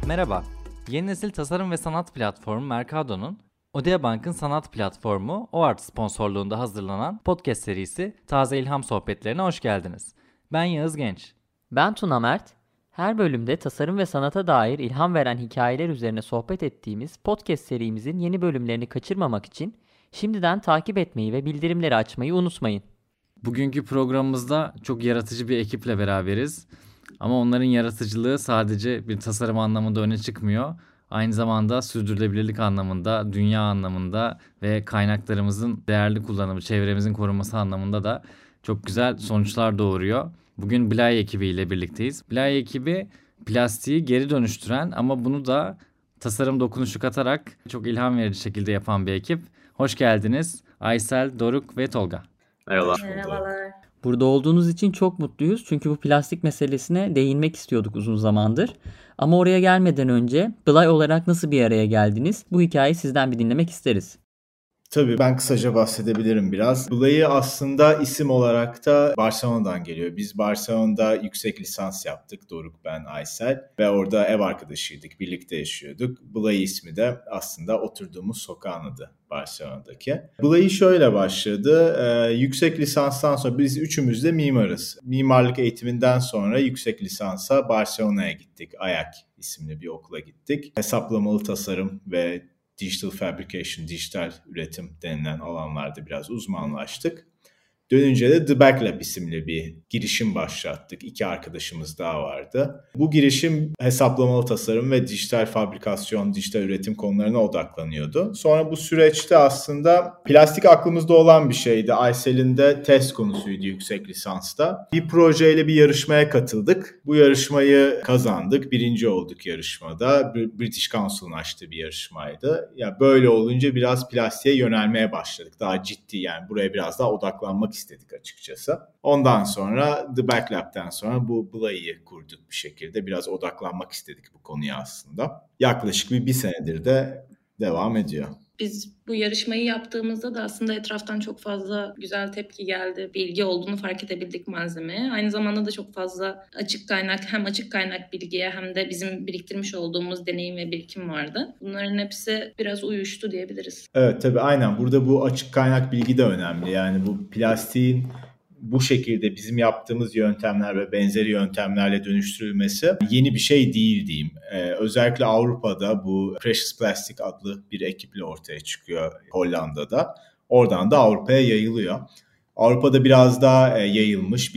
Merhaba, yeni nesil tasarım ve sanat platformu Mercado'nun Odea Bank'ın sanat platformu OART sponsorluğunda hazırlanan podcast serisi Taze İlham Sohbetlerine hoş geldiniz. Ben Yağız Genç. Ben Tuna Mert. Her bölümde tasarım ve sanata dair ilham veren hikayeler üzerine sohbet ettiğimiz podcast serimizin yeni bölümlerini kaçırmamak için şimdiden takip etmeyi ve bildirimleri açmayı unutmayın. Bugünkü programımızda çok yaratıcı bir ekiple beraberiz. Ama onların yaratıcılığı sadece bir tasarım anlamında öne çıkmıyor. Aynı zamanda sürdürülebilirlik anlamında, dünya anlamında ve kaynaklarımızın değerli kullanımı, çevremizin korunması anlamında da çok güzel sonuçlar doğuruyor. Bugün Blay ekibiyle birlikteyiz. Blay ekibi plastiği geri dönüştüren ama bunu da tasarım dokunuşu katarak çok ilham verici şekilde yapan bir ekip. Hoş geldiniz Aysel, Doruk ve Tolga. Merhabalar. Burada olduğunuz için çok mutluyuz çünkü bu plastik meselesine değinmek istiyorduk uzun zamandır. Ama oraya gelmeden önce Blay olarak nasıl bir araya geldiniz? Bu hikayeyi sizden bir dinlemek isteriz. Tabii ben kısaca bahsedebilirim biraz. Blay'ı aslında isim olarak da Barcelona'dan geliyor. Biz Barcelona'da yüksek lisans yaptık. Doruk, ben, Aysel ve orada ev arkadaşıydık. Birlikte yaşıyorduk. Blay ismi de aslında oturduğumuz sokağın adı Barcelona'daki. Blay'ı şöyle başladı. Yüksek lisanstan sonra biz üçümüz de mimarız. Mimarlık eğitiminden sonra yüksek lisansa Barcelona'ya gittik. AYAK isimli bir okula gittik. Hesaplamalı tasarım ve Digital Fabrication, dijital üretim denilen alanlarda biraz uzmanlaştık. Dönünce de The Backlab isimli bir girişim başlattık. 2 arkadaşımız daha vardı. Bu girişim hesaplamalı tasarım ve dijital fabrikasyon, dijital üretim konularına odaklanıyordu. Sonra bu süreçte aslında plastik aklımızda olan bir şeydi. Aysel'in de test konusuydu yüksek lisansta. Bir projeyle bir yarışmaya katıldık. Bu yarışmayı kazandık. Birinci olduk yarışmada. British Council'ın açtığı bir yarışmaydı. Ya böyle olunca biraz plastiğe yönelmeye başladık. Daha ciddi, yani buraya biraz daha odaklanmak istedik açıkçası. Ondan sonra The Backlab'den sonra bu Blay'ı kurduk bir şekilde. Biraz odaklanmak istedik bu konuya aslında. Yaklaşık bir senedir de devam ediyor. Biz bu yarışmayı yaptığımızda da aslında etraftan çok fazla güzel tepki geldi. Bilgi olduğunu fark edebildik malzemeye. Aynı zamanda da çok fazla hem açık kaynak bilgiye hem de bizim biriktirmiş olduğumuz deneyim ve birikim vardı. Bunların hepsi biraz uyuştu diyebiliriz. Evet, tabii aynen. Burada bu açık kaynak bilgi de önemli. Yani bu plastiğin bu şekilde bizim yaptığımız yöntemler ve benzeri yöntemlerle dönüştürülmesi yeni bir şey değil diyeyim. Özellikle Avrupa'da bu Precious Plastic adlı bir ekiple ortaya çıkıyor, Hollanda'da. Oradan da Avrupa'ya yayılıyor. Avrupa'da biraz daha yayılmış,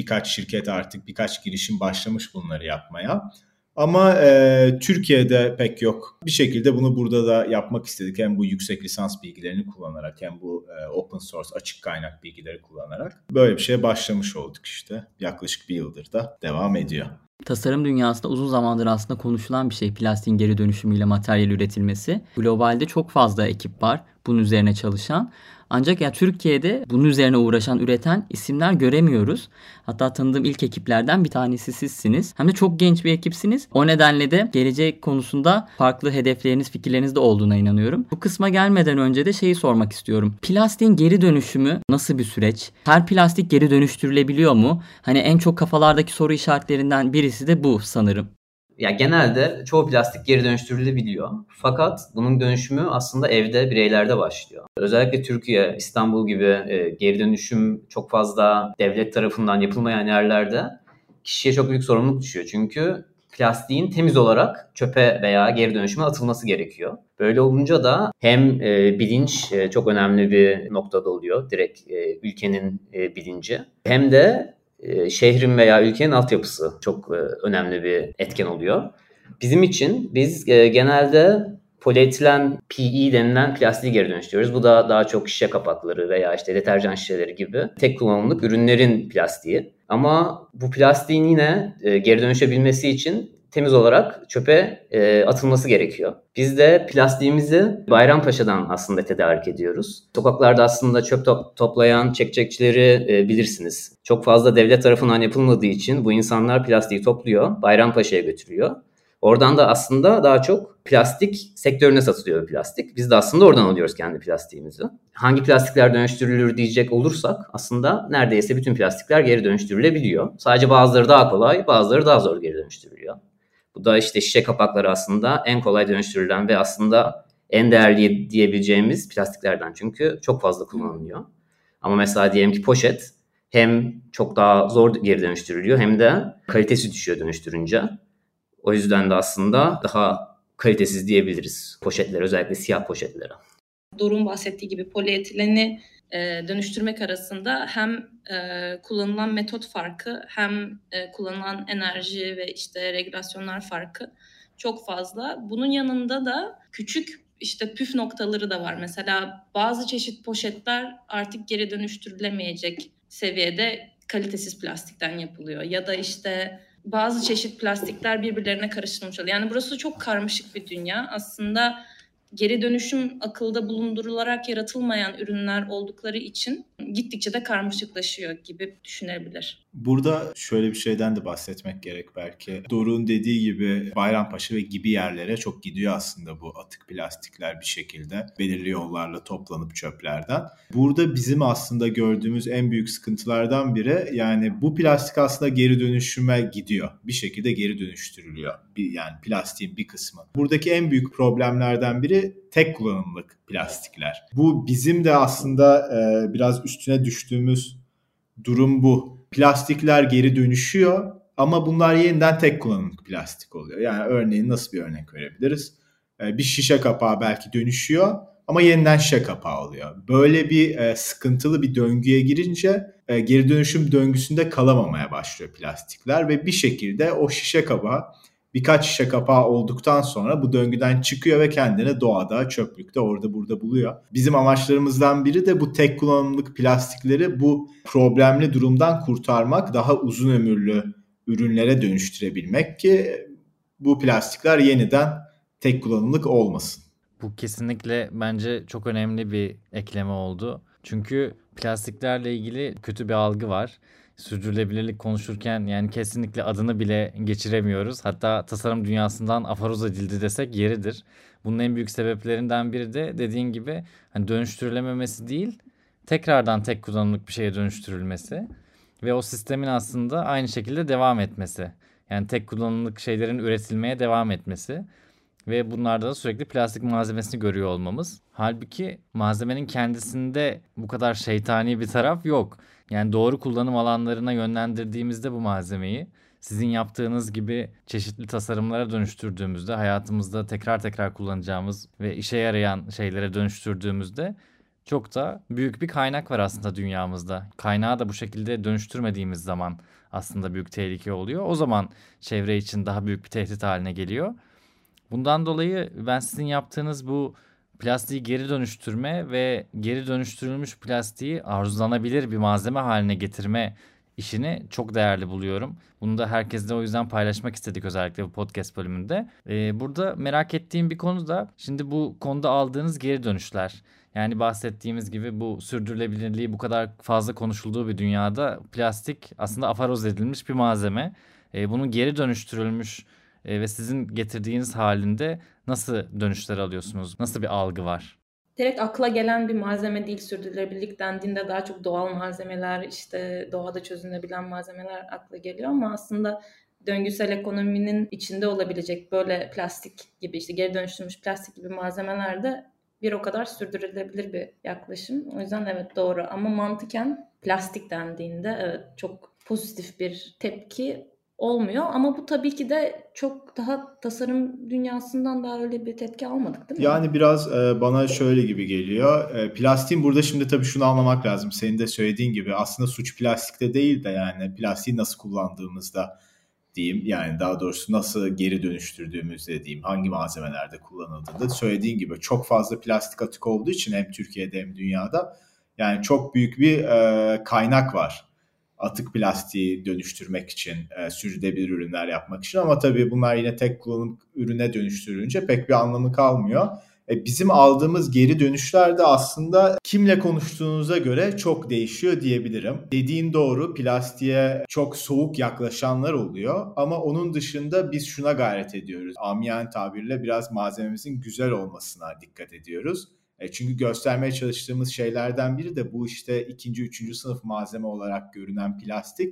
birkaç girişim başlamış bunları yapmaya. Ama Türkiye'de pek yok. Bir şekilde bunu burada da yapmak istedik. Hem bu yüksek lisans bilgilerini kullanarak hem bu open source açık kaynak bilgileri kullanarak böyle bir şeye başlamış olduk işte. Yaklaşık 1 yıldır da devam ediyor. Tasarım dünyasında uzun zamandır aslında konuşulan bir şey plastiğin geri dönüşümüyle materyal üretilmesi. Globalde çok fazla ekip var bunun üzerine çalışan. Ancak ya Türkiye'de bunun üzerine uğraşan, üreten isimler göremiyoruz. Hatta tanıdığım ilk ekiplerden bir tanesi sizsiniz. Hem de çok genç bir ekipsiniz. O nedenle de gelecek konusunda farklı hedefleriniz, fikirleriniz de olduğuna inanıyorum. Bu kısma gelmeden önce de şeyi sormak istiyorum. Plastiğin geri dönüşümü nasıl bir süreç? Her plastik geri dönüştürülebiliyor mu? Hani en çok kafalardaki soru işaretlerinden birisi de bu sanırım. Ya genelde çoğu plastik geri dönüştürülebiliyor. Fakat bunun dönüşümü aslında evde, bireylerde başlıyor. Özellikle Türkiye, İstanbul gibi geri dönüşüm çok fazla devlet tarafından yapılmayan yerlerde kişiye çok büyük sorumluluk düşüyor. Çünkü plastiğin temiz olarak çöpe veya geri dönüşüme atılması gerekiyor. Böyle olunca da hem bilinç çok önemli bir noktada oluyor. Direkt ülkenin bilinci. Hem de şehrin veya ülkenin altyapısı çok önemli bir etken oluyor. Bizim için biz genelde polietilen PE denilen plastiği geri dönüştürüyoruz. Bu da daha çok şişe kapakları veya işte deterjan şişeleri gibi tek kullanımlık ürünlerin plastiği. Ama bu plastiğin yine geri dönüşebilmesi için temiz olarak çöpe atılması gerekiyor. Biz de plastiğimizi Bayrampaşa'dan aslında tedarik ediyoruz. Sokaklarda aslında çöp toplayan çekçekçileri bilirsiniz. Çok fazla devlet tarafından yapılmadığı için bu insanlar plastiği topluyor, Bayrampaşa'ya götürüyor. Oradan da aslında daha çok plastik sektörüne satılıyor plastik. Biz de aslında oradan alıyoruz kendi plastiğimizi. Hangi plastikler dönüştürülür diyecek olursak aslında neredeyse bütün plastikler geri dönüştürülebiliyor. Sadece bazıları daha kolay, bazıları daha zor geri dönüştürülüyor. Bu da işte şişe kapakları aslında en kolay dönüştürülen ve aslında en değerli diyebileceğimiz plastiklerden, çünkü çok fazla kullanılıyor. Ama mesela diyelim ki poşet hem çok daha zor geri dönüştürülüyor hem de kalitesi düşüyor dönüştürünce. O yüzden de aslında daha kalitesiz diyebiliriz poşetler, özellikle siyah poşetlere. Doruk'un bahsettiği gibi polietileni dönüştürmek arasında hem kullanılan metot farkı hem kullanılan enerji ve işte regülasyonlar farkı çok fazla. Bunun yanında da küçük işte püf noktaları da var. Mesela bazı çeşit poşetler artık geri dönüştürülemeyecek seviyede kalitesiz plastikten yapılıyor. Ya da işte bazı çeşit plastikler birbirlerine karıştırılmış oluyor. Yani burası çok karmaşık bir dünya. Aslında geri dönüşüm akılda bulundurularak yaratılmayan ürünler oldukları için gittikçe de karmaşıklaşıyor gibi düşünebilir. Burada şöyle bir şeyden de bahsetmek gerek belki. Doruk'un dediği gibi Bayrampaşa ve gibi yerlere çok gidiyor aslında bu atık plastikler bir şekilde. Belirli yollarla toplanıp çöplerden. Burada bizim aslında gördüğümüz en büyük sıkıntılardan biri, yani bu plastik aslında geri dönüşüme gidiyor. Bir şekilde geri dönüştürülüyor. Yani plastiğin bir kısmı. Buradaki en büyük problemlerden biri tek kullanımlık plastikler. Bu bizim de aslında biraz üstüne düştüğümüz durum bu. Plastikler geri dönüşüyor ama bunlar yeniden tek kullanımlık plastik oluyor. Yani örneğin nasıl bir örnek verebiliriz? Bir şişe kapağı belki dönüşüyor ama yeniden şişe kapağı oluyor. Böyle bir sıkıntılı bir döngüye girince geri dönüşüm döngüsünde kalamamaya başlıyor plastikler ve bir şekilde o şişe kapağı birkaç şişe kapağı olduktan sonra bu döngüden çıkıyor ve kendini doğada, çöplükte, orada burada buluyor. Bizim amaçlarımızdan biri de bu tek kullanımlık plastikleri bu problemli durumdan kurtarmak, daha uzun ömürlü ürünlere dönüştürebilmek ki bu plastikler yeniden tek kullanımlık olmasın. Bu kesinlikle bence çok önemli bir ekleme oldu. Çünkü plastiklerle ilgili kötü bir algı var. Sürdürülebilirlik konuşurken yani kesinlikle adını bile geçiremiyoruz. Hatta tasarım dünyasından aforoz edildi desek yeridir. Bunun en büyük sebeplerinden biri de dediğin gibi hani dönüştürülememesi değil, tekrardan tek kullanımlık bir şeye dönüştürülmesi ve o sistemin aslında aynı şekilde devam etmesi. Yani tek kullanımlık şeylerin üretilmeye devam etmesi. Ve bunlarda da sürekli plastik malzemesini görüyor olmamız. Halbuki malzemenin kendisinde bu kadar şeytani bir taraf yok. Yani doğru kullanım alanlarına yönlendirdiğimizde bu malzemeyi, sizin yaptığınız gibi çeşitli tasarımlara dönüştürdüğümüzde, hayatımızda tekrar tekrar kullanacağımız ve işe yarayan şeylere dönüştürdüğümüzde çok da büyük bir kaynak var aslında dünyamızda. Kaynağı da bu şekilde dönüştürmediğimiz zaman aslında büyük tehlike oluyor. O zaman çevre için daha büyük bir tehdit haline geliyor. Bundan dolayı ben sizin yaptığınız bu plastiği geri dönüştürme ve geri dönüştürülmüş plastiği arzulanabilir bir malzeme haline getirme işini çok değerli buluyorum. Bunu da herkesle o yüzden paylaşmak istedik, özellikle bu podcast bölümünde. Burada merak ettiğim bir konu da şimdi bu konuda aldığınız geri dönüşler. Yani bahsettiğimiz gibi bu sürdürülebilirliği bu kadar fazla konuşulduğu bir dünyada plastik aslında afaroz edilmiş bir malzeme. Bunun geri dönüştürülmüş ve sizin getirdiğiniz halinde nasıl dönüşler alıyorsunuz? Nasıl bir algı var? Direkt akla gelen bir malzeme değil sürdürülebilirlik dendiğinde daha çok doğal malzemeler, işte doğada çözünebilen malzemeler akla geliyor ama aslında döngüsel ekonominin içinde olabilecek böyle plastik gibi, işte geri dönüştürülmüş plastik gibi malzemeler de bir o kadar sürdürülebilir bir yaklaşım. O yüzden evet doğru ama mantıken plastik dendiğinde evet çok pozitif bir tepki olmuyor ama bu tabii ki de çok daha tasarım dünyasından daha öyle bir tepki almadık değil mi? Yani biraz bana şöyle gibi geliyor. Plastiğin burada şimdi tabii şunu anlamak lazım. Senin de söylediğin gibi aslında suç plastikte değil de yani plastiği nasıl kullandığımızda diyeyim. Yani daha doğrusu nasıl geri dönüştürdüğümüzde diyeyim. Hangi malzemelerde kullanıldığında söylediğin gibi çok fazla plastik atık olduğu için hem Türkiye'de hem dünyada yani çok büyük bir kaynak var. Atık plastiği dönüştürmek için, sürdürülebilir ürünler yapmak için ama tabii bunlar yine tek kullanım ürüne dönüştürülünce pek bir anlamı kalmıyor. Bizim aldığımız geri dönüşler de aslında kimle konuştuğunuza göre çok değişiyor diyebilirim. Dediğin doğru, plastiğe çok soğuk yaklaşanlar oluyor ama onun dışında biz şuna gayret ediyoruz. Amiyen tabirle biraz malzememizin güzel olmasına dikkat ediyoruz. Çünkü göstermeye çalıştığımız şeylerden biri de bu işte ikinci, üçüncü sınıf malzeme olarak görünen plastik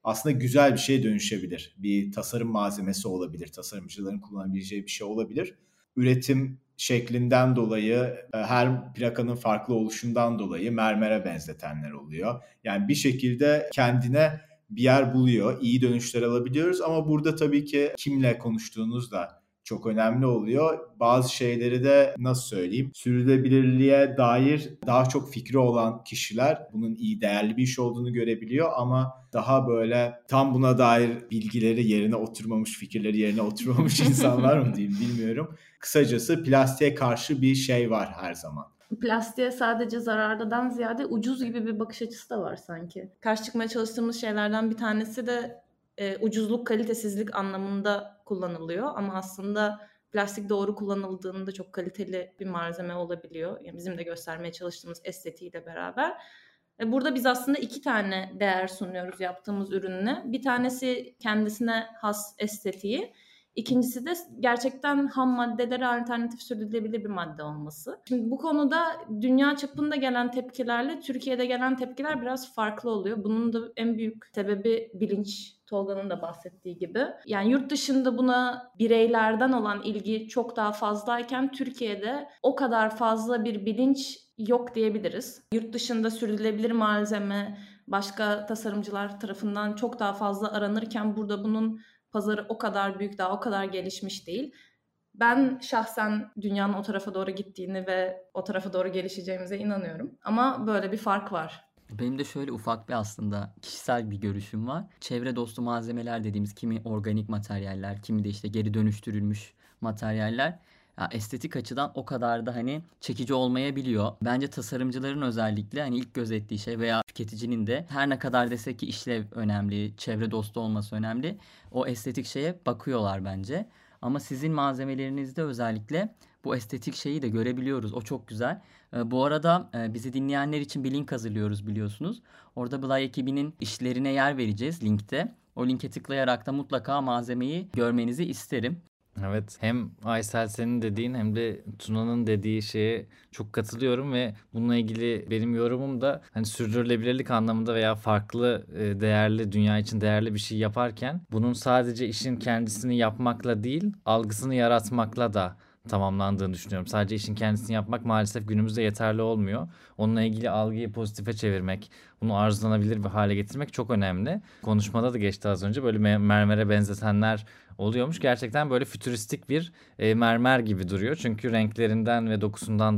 aslında güzel bir şeye dönüşebilir. Bir tasarım malzemesi olabilir, tasarımcıların kullanabileceği bir şey olabilir. Üretim şeklinden dolayı, her plakanın farklı oluşundan dolayı mermere benzetenler oluyor. Yani bir şekilde kendine bir yer buluyor, iyi dönüşler alabiliyoruz ama burada tabii ki kimle konuştuğunuz da çok önemli oluyor. Bazı şeyleri de nasıl söyleyeyim, sürdürülebilirliğe dair daha çok fikri olan kişiler bunun iyi, değerli bir iş olduğunu görebiliyor ama daha böyle tam buna dair bilgileri yerine oturmamış, fikirleri yerine oturmamış insanlar mı diyeyim bilmiyorum. Kısacası plastiğe karşı bir şey var her zaman. Plastiğe sadece zararlıdan ziyade ucuz gibi bir bakış açısı da var sanki. Karşı çıkmaya çalıştığımız şeylerden bir tanesi de ucuzluk, kalitesizlik anlamında kullanılıyor. Ama aslında plastik doğru kullanıldığında çok kaliteli bir malzeme olabiliyor. Yani bizim de göstermeye çalıştığımız estetiğiyle beraber. Burada biz aslında 2 tane değer sunuyoruz yaptığımız ürünle. Bir tanesi kendisine has estetiği. İkincisi de gerçekten ham maddelere alternatif sürdürülebilir bir madde olması. Şimdi bu konuda dünya çapında gelen tepkilerle Türkiye'de gelen tepkiler biraz farklı oluyor. Bunun da en büyük sebebi bilinç. Tolga'nın da bahsettiği gibi. Yani yurt dışında buna bireylerden olan ilgi çok daha fazlayken Türkiye'de o kadar fazla bir bilinç yok diyebiliriz. Yurt dışında sürdürülebilir malzeme başka tasarımcılar tarafından çok daha fazla aranırken burada bunun pazarı o kadar büyük, daha o kadar gelişmiş değil. Ben şahsen dünyanın o tarafa doğru gittiğini ve o tarafa doğru gelişeceğimize inanıyorum. Ama böyle bir fark var. Benim de şöyle ufak bir aslında kişisel bir görüşüm var. Çevre dostu malzemeler dediğimiz kimi organik materyaller, kimi de işte geri dönüştürülmüş materyaller ya estetik açıdan o kadar da hani çekici olmayabiliyor. Bence tasarımcıların özellikle hani ilk gözettiği şey veya tüketicinin de her ne kadar desek ki işlev önemli, çevre dostu olması önemli. O estetik şeye bakıyorlar bence. Ama sizin malzemelerinizde özellikle bu estetik şeyi de görebiliyoruz. O çok güzel. Bu arada bizi dinleyenler için bir link hazırlıyoruz biliyorsunuz. Orada Blay ekibinin işlerine yer vereceğiz linkte. O linke tıklayarak da mutlaka malzemeyi görmenizi isterim. Evet, hem Aysel senin dediğin hem de Tuna'nın dediği şeye çok katılıyorum ve bununla ilgili benim yorumum da hani sürdürülebilirlik anlamında veya farklı değerli, dünya için değerli bir şey yaparken bunun sadece işin kendisini yapmakla değil, algısını yaratmakla da tamamlandığını düşünüyorum. Sadece işin kendisini yapmak maalesef günümüzde yeterli olmuyor. Onunla ilgili algıyı pozitife çevirmek, bunu arzulanabilir bir hale getirmek çok önemli. Konuşmada da geçti az önce, böyle mermere benzetenler oluyormuş. Gerçekten böyle fütüristik bir mermer gibi duruyor. Çünkü renklerinden ve dokusundan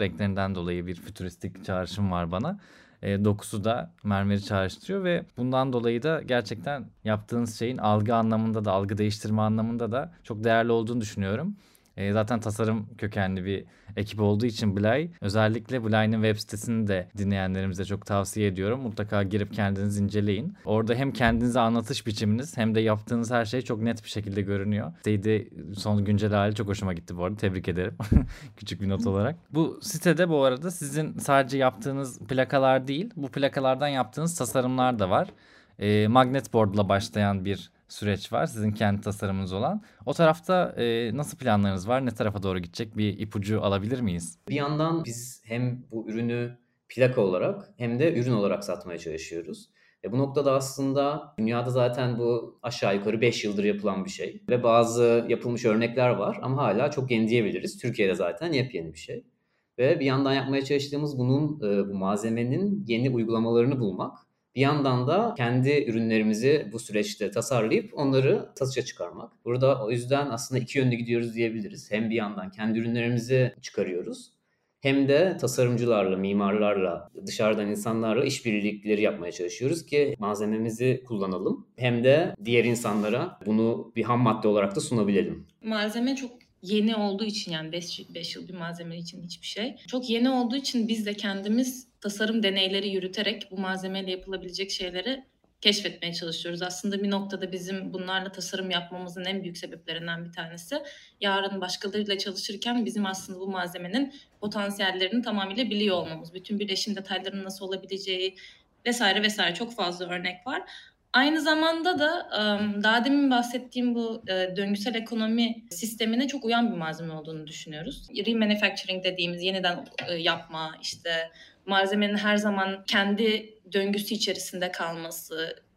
dolayı bir fütüristik çağrışım var bana. Dokusu da mermeri çağrıştırıyor ve bundan dolayı da gerçekten yaptığınız şeyin algı anlamında da, algı değiştirme anlamında da çok değerli olduğunu düşünüyorum. Zaten tasarım kökenli bir ekip olduğu için Blay, özellikle Blay'ın web sitesini de dinleyenlerimize çok tavsiye ediyorum. Mutlaka girip kendiniz inceleyin. Orada hem kendinize anlatış biçiminiz hem de yaptığınız her şey çok net bir şekilde görünüyor. Sitede son güncel hali çok hoşuma gitti bu arada. Tebrik ederim. Küçük bir not olarak. Bu sitede bu arada sizin sadece yaptığınız plakalar değil, bu plakalardan yaptığınız tasarımlar da var. Magnet board'la başlayan bir süreç var. Sizin kendi tasarımınız olan. O tarafta nasıl planlarınız var? Ne tarafa doğru gidecek? Bir ipucu alabilir miyiz? Bir yandan biz hem bu ürünü plaka olarak hem de ürün olarak satmaya çalışıyoruz. Bu noktada aslında dünyada zaten bu aşağı yukarı 5 yıldır yapılan bir şey. Ve bazı yapılmış örnekler var ama hala çok yeni diyebiliriz. Türkiye'de zaten yepyeni bir şey. Ve bir yandan yapmaya çalıştığımız bunun, bu malzemenin yeni uygulamalarını bulmak. Bir yandan da kendi ürünlerimizi bu süreçte tasarlayıp onları satışa çıkarmak. Burada o yüzden aslında iki yönlü gidiyoruz diyebiliriz. Hem bir yandan kendi ürünlerimizi çıkarıyoruz hem de tasarımcılarla, mimarlarla, dışarıdan insanlarla işbirlikleri yapmaya çalışıyoruz ki malzememizi kullanalım. Hem de diğer insanlara bunu bir ham madde olarak da sunabilelim. Malzeme çok yeni olduğu için, yani 5 yıl bir malzeme için hiçbir şey. Çok yeni olduğu için biz de kendimiz tasarım deneyleri yürüterek bu malzemeyle yapılabilecek şeyleri keşfetmeye çalışıyoruz. Aslında bir noktada bizim bunlarla tasarım yapmamızın en büyük sebeplerinden bir tanesi, yarın başkalarıyla çalışırken bizim aslında bu malzemenin potansiyellerini tamamıyla biliyor olmamız. Bütün birleşim detaylarının nasıl olabileceği vesaire vesaire, çok fazla örnek var. Aynı zamanda da daha demin bahsettiğim bu döngüsel ekonomi sistemine çok uyan bir malzeme olduğunu düşünüyoruz. Remanufacturing dediğimiz yeniden yapma, işte malzemenin her zaman kendi döngüsü içerisinde kalması,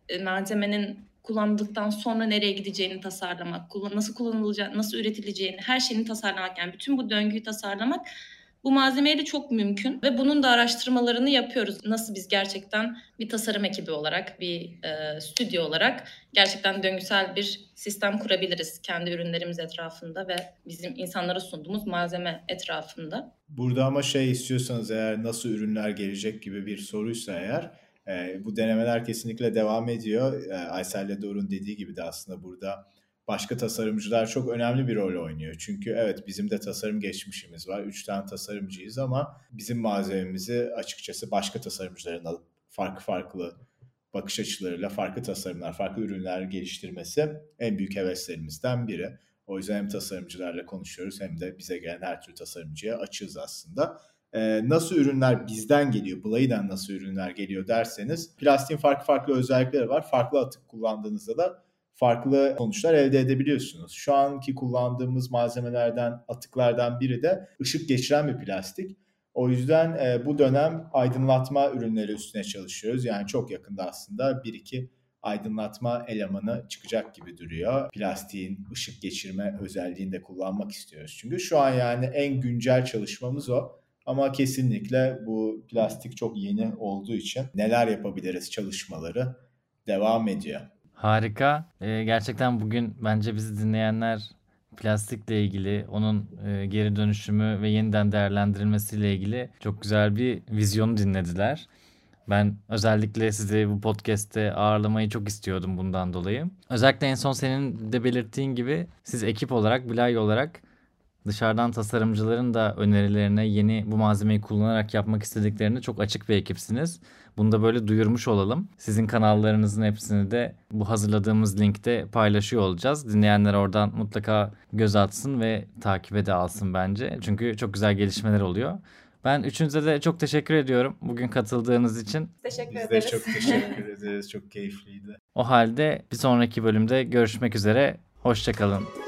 malzemenin kullanıldıktan sonra nereye gideceğini tasarlamak, nasıl kullanılacağını, nasıl üretileceğini, her şeyini tasarlamak, yani bütün bu döngüyü tasarlamak bu malzemeyle çok mümkün ve bunun da araştırmalarını yapıyoruz. Nasıl biz gerçekten bir tasarım ekibi olarak, bir stüdyo olarak gerçekten döngüsel bir sistem kurabiliriz kendi ürünlerimiz etrafında ve bizim insanlara sunduğumuz malzeme etrafında. Burada ama istiyorsanız eğer nasıl ürünler gelecek gibi bir soruysa eğer bu denemeler kesinlikle devam ediyor. Aysel ile Doruk'un dediği gibi de aslında burada başka tasarımcılar çok önemli bir rol oynuyor. Çünkü evet bizim de tasarım geçmişimiz var. 3 tane tasarımcıyız ama bizim malzememizi açıkçası başka tasarımcıların alıp farklı bakış açılarıyla farklı tasarımlar, farklı ürünler geliştirmesi en büyük heveslerimizden biri. O yüzden hem tasarımcılarla konuşuyoruz hem de bize gelen her türlü tasarımcıya açığız aslında. Nasıl ürünler bizden geliyor, Blay'den nasıl ürünler geliyor derseniz plastiğin farklı özellikleri var. Farklı atık kullandığınızda da farklı sonuçlar elde edebiliyorsunuz. Şu anki kullandığımız malzemelerden, atıklardan biri de ışık geçiren bir plastik. O yüzden bu dönem aydınlatma ürünleri üstüne çalışıyoruz. Yani çok yakında aslında 1-2 aydınlatma elemanı çıkacak gibi duruyor. Plastiğin ışık geçirme özelliğini de kullanmak istiyoruz. Çünkü şu an yani en güncel çalışmamız o. Ama kesinlikle bu plastik çok yeni olduğu için neler yapabiliriz çalışmaları devam ediyor. Harika. Gerçekten bugün bence bizi dinleyenler plastikle ilgili, onun geri dönüşümü ve yeniden değerlendirilmesiyle ilgili çok güzel bir vizyonu dinlediler. Ben özellikle sizi bu podcast'te ağırlamayı çok istiyordum bundan dolayı. Özellikle en son senin de belirttiğin gibi siz ekip olarak, Blay olarak dışarıdan tasarımcıların da önerilerine yeni bu malzemeyi kullanarak yapmak istediklerine çok açık bir ekipsiniz. Bunu da böyle duyurmuş olalım. Sizin kanallarınızın hepsini de bu hazırladığımız linkte paylaşıyor olacağız. Dinleyenler oradan mutlaka göz atsın ve takibe de alsın bence. Çünkü çok güzel gelişmeler oluyor. Ben üçünüze de çok teşekkür ediyorum bugün katıldığınız için. Teşekkür Biz ederiz. de çok teşekkür ederiz. Çok keyifliydi. O halde bir sonraki bölümde görüşmek üzere. Hoşça kalın.